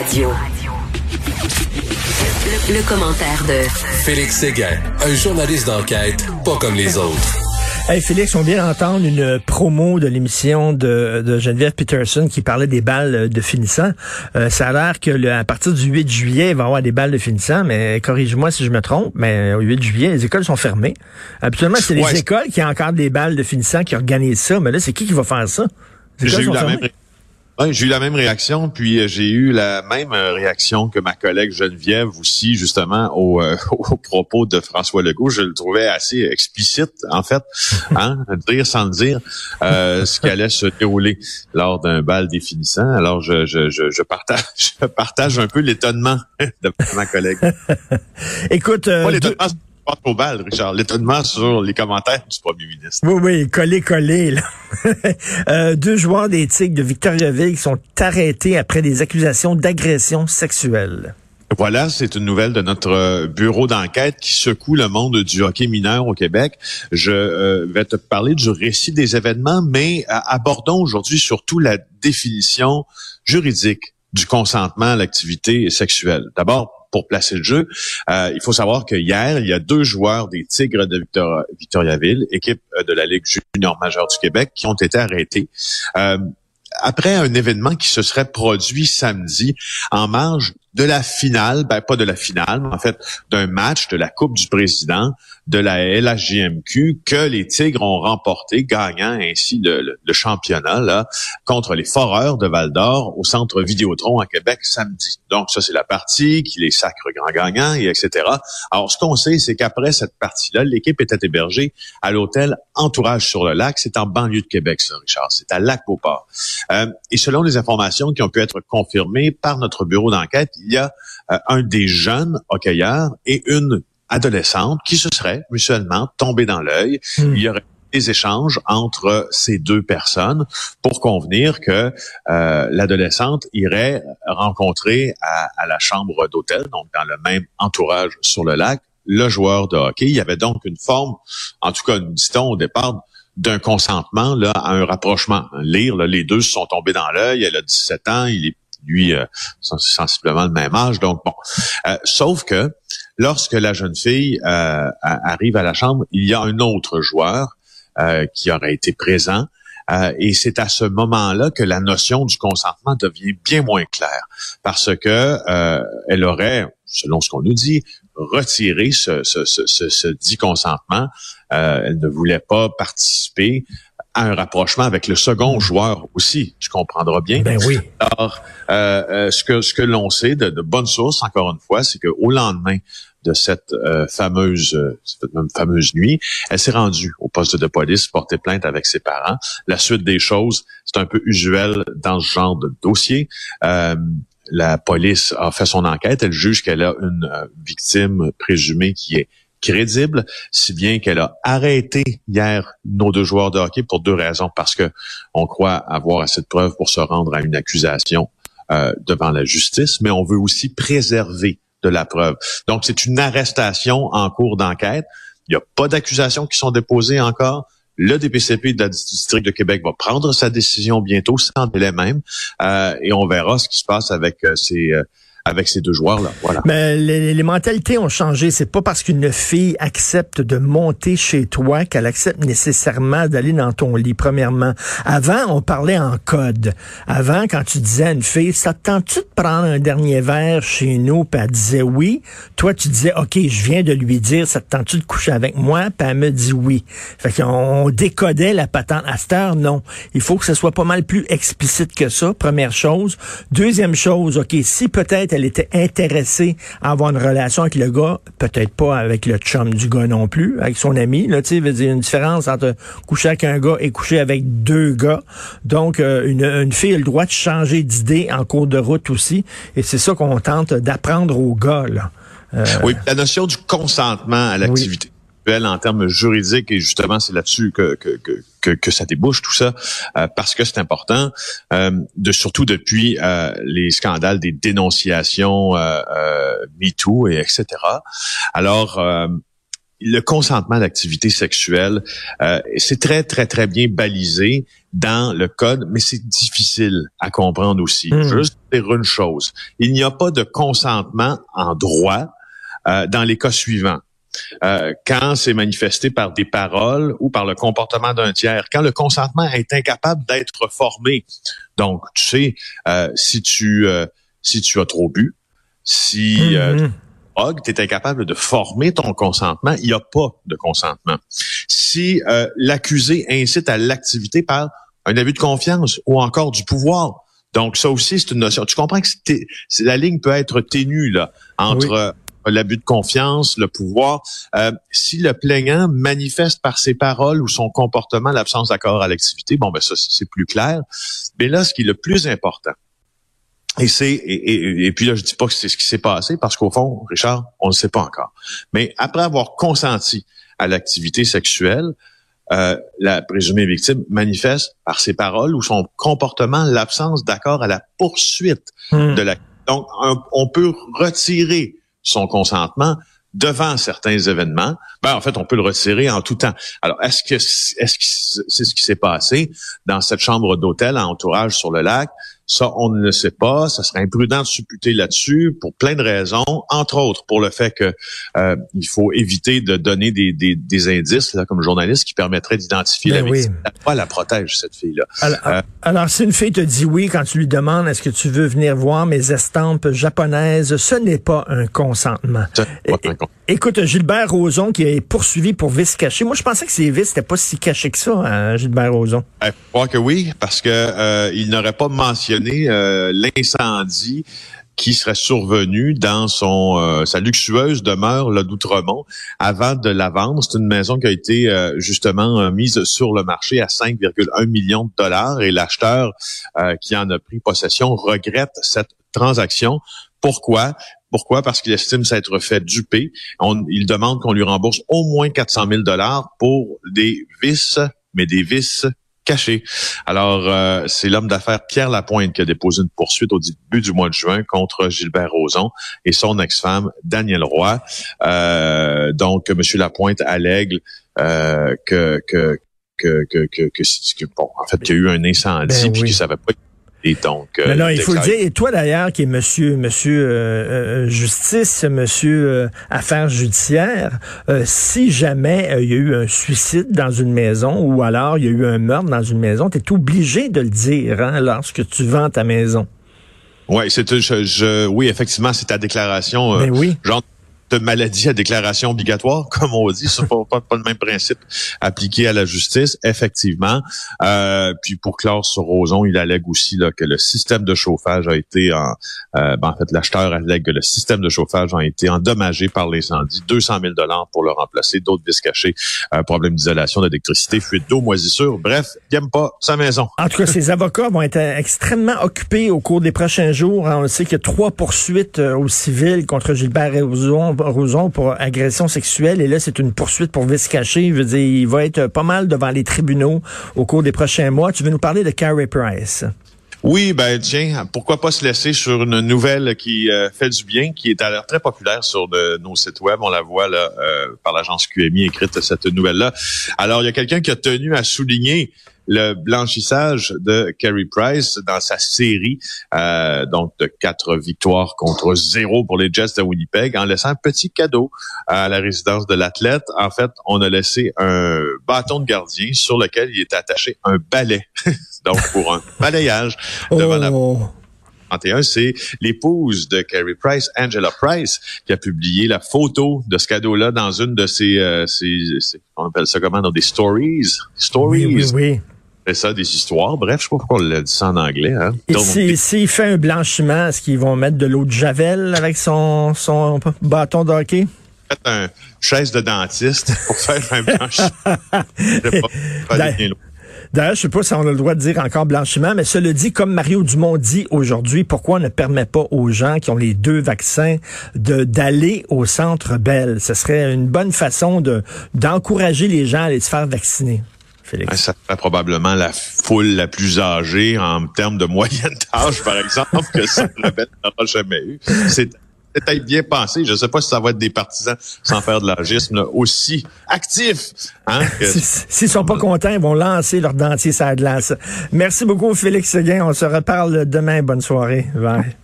Radio. Le commentaire de Félix Séguin, un journaliste d'enquête pas comme les autres. Hey Félix, on vient d'entendre une promo de l'émission de Geneviève Peterson qui parlait des balles de finissant. Ça a l'air que à partir du 8 juillet, il va y avoir des balles de finissant, mais corrige-moi si je me trompe, mais au 8 juillet, les écoles sont fermées. Habituellement, c'est les écoles qui encadrent des balles de finissant qui organisent ça, mais là, c'est qui va faire ça? J'ai eu la même réaction, puis j'ai eu la même réaction que ma collègue Geneviève aussi, justement, au propos de François Legault. Je le trouvais assez explicite, en fait, dire sans le dire, ce qui allait se dérouler lors d'un bal des finissants. Alors, je partage un peu l'étonnement de ma collègue. Écoute, pas l'étonnement au bal, Richard. L'étonnement sur les commentaires du premier ministre. Oui, collé, là. 2 joueurs des Tigres de Victoriaville sont arrêtés après des accusations d'agression sexuelle. Voilà, c'est une nouvelle de notre bureau d'enquête qui secoue le monde du hockey mineur au Québec. Je vais te parler du récit des événements, mais abordons aujourd'hui surtout la définition juridique du consentement à l'activité sexuelle. D'abord, pour placer le jeu, il faut savoir que hier, il y a 2 joueurs des Tigres de Victoriaville, équipe de la Ligue junior majeure du Québec, qui ont été arrêtés après un événement qui se serait produit samedi en marge de la finale, pas de la finale, mais en fait d'un match de la Coupe du Président de la LHJMQ que les Tigres ont remporté, gagnant ainsi le championnat là contre les Foreurs de Val-d'Or au Centre Vidéotron à Québec samedi. Donc ça, c'est la partie qui les sacre grands gagnants, et etc. Alors ce qu'on sait, c'est qu'après cette partie-là, l'équipe était hébergée à l'hôtel Entourage sur le lac. C'est en banlieue de Québec, ça, Richard. C'est à Lac-Beauport. Et selon les informations qui ont pu être confirmées par notre bureau d'enquête, il y a un des jeunes hockeyeurs et une adolescente qui se seraient mutuellement tombés dans l'œil. Il y aurait des échanges entre ces 2 personnes pour convenir que l'adolescente irait rencontrer à la chambre d'hôtel, donc dans le même entourage sur le lac, le joueur de hockey. Il y avait donc une forme, en tout cas, dit-on au départ, d'un consentement là à un rapprochement. Lire, là, les 2 se sont tombés dans l'œil. Elle a 17 ans, il est lui sensiblement le même âge. Donc bon, sauf que lorsque la jeune fille arrive à la chambre, il y a un autre joueur qui aurait été présent. Et c'est à ce moment-là que la notion du consentement devient bien moins claire, parce que elle aurait, selon ce qu'on nous dit, retiré ce dit consentement. Elle ne voulait pas participer à un rapprochement avec le second joueur aussi, tu comprendras bien. Ben oui. Alors, ce que l'on sait de bonnes sources, encore une fois, c'est qu'au lendemain de cette fameuse nuit, elle s'est rendue au poste de police, porter plainte avec ses parents. La suite des choses, c'est un peu usuel dans ce genre de dossier. La police a fait son enquête. Elle juge qu'elle a une victime présumée qui est crédible, si bien qu'elle a arrêté hier nos 2 joueurs de hockey pour 2 raisons. Parce que on croit avoir assez de preuves pour se rendre à une accusation devant la justice, mais on veut aussi préserver de la preuve. Donc, c'est une arrestation en cours d'enquête. Il n'y a pas d'accusations qui sont déposées encore. Le DPCP du district de Québec va prendre sa décision bientôt, sans délai même, et on verra ce qui se passe avec ces 2 joueurs-là. Voilà. Mais les mentalités ont changé. C'est pas parce qu'une fille accepte de monter chez toi qu'elle accepte nécessairement d'aller dans ton lit, premièrement. Avant, on parlait en code. Avant, quand tu disais à une fille, ça te tente-tu de prendre un dernier verre chez nous? Puis elle disait oui. Toi, tu disais, OK, je viens de lui dire, ça te tente-tu de coucher avec moi? Puis elle me dit oui. Fait qu'on décodait la patente. À cette heure, non. Il faut que ce soit pas mal plus explicite que ça, première chose. Deuxième chose, OK, si peut-être elle était intéressée à avoir une relation avec le gars, peut-être pas avec le chum du gars non plus, avec son ami, là, tu sais, veut dire une différence entre coucher avec un gars et coucher avec 2 gars. Donc, une fille a le droit de changer d'idée en cours de route aussi, et c'est ça qu'on tente d'apprendre aux gars, là. Oui, la notion du consentement à l'activité sexuelle en termes juridiques, et justement, c'est là-dessus que ça débouche tout ça, parce que c'est important, surtout depuis les scandales des dénonciations MeToo et etc. Alors, le consentement à l'activité sexuelle, c'est très, très, très bien balisé dans le code, mais c'est difficile à comprendre aussi. Je veux juste dire une chose. Il n'y a pas de consentement en droit dans les cas suivants. Quand c'est manifesté par des paroles ou par le comportement d'un tiers, quand le consentement est incapable d'être formé. Donc, tu sais, si tu as trop bu, si tu es incapable de former ton consentement, il n'y a pas de consentement. Si l'accusé incite à l'activité par un abus de confiance ou encore du pouvoir, donc ça aussi c'est une notion. Tu comprends que la ligne peut être ténue là entre l'abus de confiance, le pouvoir. Si le plaignant manifeste par ses paroles ou son comportement l'absence d'accord à l'activité, bon ben ça c'est plus clair. Mais là, ce qui est le plus important, et puis là je dis pas que c'est ce qui s'est passé parce qu'au fond, Richard, on ne sait pas encore. Mais après avoir consenti à l'activité sexuelle, la présumée victime manifeste par ses paroles ou son comportement l'absence d'accord à la poursuite de la. Donc on peut retirer son consentement devant certains événements. En fait, on peut le retirer en tout temps. Alors, est-ce que c'est ce qui s'est passé dans cette chambre d'hôtel à Entourage sur le lac? Ça, on ne le sait pas. Ça serait imprudent de supputer là-dessus pour plein de raisons, entre autres pour le fait que il faut éviter de donner des indices, là, comme journaliste, qui permettraient d'identifier la victime. La loi la protège, cette fille-là. Alors, si une fille te dit oui quand tu lui demandes est-ce que tu veux venir voir mes estampes japonaises, ce n'est pas un consentement. Écoute, Gilbert Rozon qui est poursuivi pour vice caché. Moi, je pensais que ces vices n'étaient pas si cachés que ça, hein, Gilbert Rozon. Je crois que oui, parce que il n'aurait pas mentionné l'incendie qui serait survenu dans sa luxueuse demeure là d'Outremont avant de la vendre. C'est une maison qui a été justement mise sur le marché à 5,1 millions de dollars et l'acheteur qui en a pris possession regrette cette transaction. Pourquoi? Parce qu'il estime s'être fait duper. Il demande qu'on lui rembourse au moins 400 000 dollars pour des vices, mais des vices cachés. Alors, c'est l'homme d'affaires Pierre Lapointe qui a déposé une poursuite au début du mois de juin contre Gilbert Rozon et son ex-femme Danielle Roy. Donc, M. Lapointe allègue que bon, en fait, qu'il y a eu un incendie puis qu'il savait pas. Et donc, mais non, il faut le dire. Et toi, d'ailleurs, qui est monsieur justice, monsieur affaires judiciaires, si jamais il y a eu un suicide dans une maison ou alors il y a eu un meurtre dans une maison, tu es obligé de le dire lorsque tu vends ta maison. Ouais, oui, effectivement, c'est ta déclaration. Genre de maladie à déclaration obligatoire, comme on dit, c'est pas le même principe appliqué à la justice, effectivement. Puis pour clore sur Rozon, il allègue aussi là, que le système de chauffage a été en fait, l'acheteur allègue que le système de chauffage a été endommagé par l'incendie, 200 000 dollars pour le remplacer, d'autres vices cachés, problème d'isolation, d'électricité, fuite d'eau, moisissure, bref, il aime pas sa maison. En tout cas, ses avocats vont être extrêmement occupés au cours des prochains jours. On sait qu'il y a 3 poursuites au civil contre Gilbert Rozon pour agression sexuelle et là c'est une poursuite pour vice caché. Je veux dire, il va être pas mal devant les tribunaux au cours des prochains mois. Tu veux nous parler de Carey Price? Oui, tiens, pourquoi pas se laisser sur une nouvelle qui fait du bien, qui est à l'air très populaire sur nos sites web. On la voit là par l'agence QMI écrite cette nouvelle-là. Alors, il y a quelqu'un qui a tenu à souligner le blanchissage de Carey Price dans sa série donc de 4 victoires contre 0 pour les Jets de Winnipeg en laissant un petit cadeau à la résidence de l'athlète. En fait, on a laissé un bâton de gardien sur lequel il était attaché un balai. Donc pour un balayage devant la 31, c'est l'épouse de Carey Price, Angela Price, qui a publié la photo de ce cadeau-là dans une de ses on appelle ça comment, dans des stories. Oui. C'est ça, des histoires. Bref, je sais pas pourquoi on l'a dit ça en anglais. Hein. Et s'il fait un blanchiment, est-ce qu'ils vont mettre de l'eau de Javel avec son bâton de hockey? Mettre une chaise de dentiste pour faire un blanchiment. Je sais pas bien loin. D'ailleurs, je sais pas si on a le droit de dire encore blanchiment, mais cela dit, comme Mario Dumont dit aujourd'hui, pourquoi on ne permet pas aux gens qui ont les 2 vaccins d'aller au Centre Bell? Ce serait une bonne façon d'encourager les gens à aller se faire vacciner. Félix. Ça serait probablement la foule la plus âgée en termes de moyenne d'âge, par exemple, que le Centre Bell n'aura jamais eu. peut-être bien pensé. Je ne sais pas si ça va être des partisans, sans faire de l'agisme, aussi actifs. Hein, S'ils sont pas contents, ils vont lancer leur dentier sur la glace. Merci beaucoup, Félix Séguin. On se reparle demain. Bonne soirée. Bye.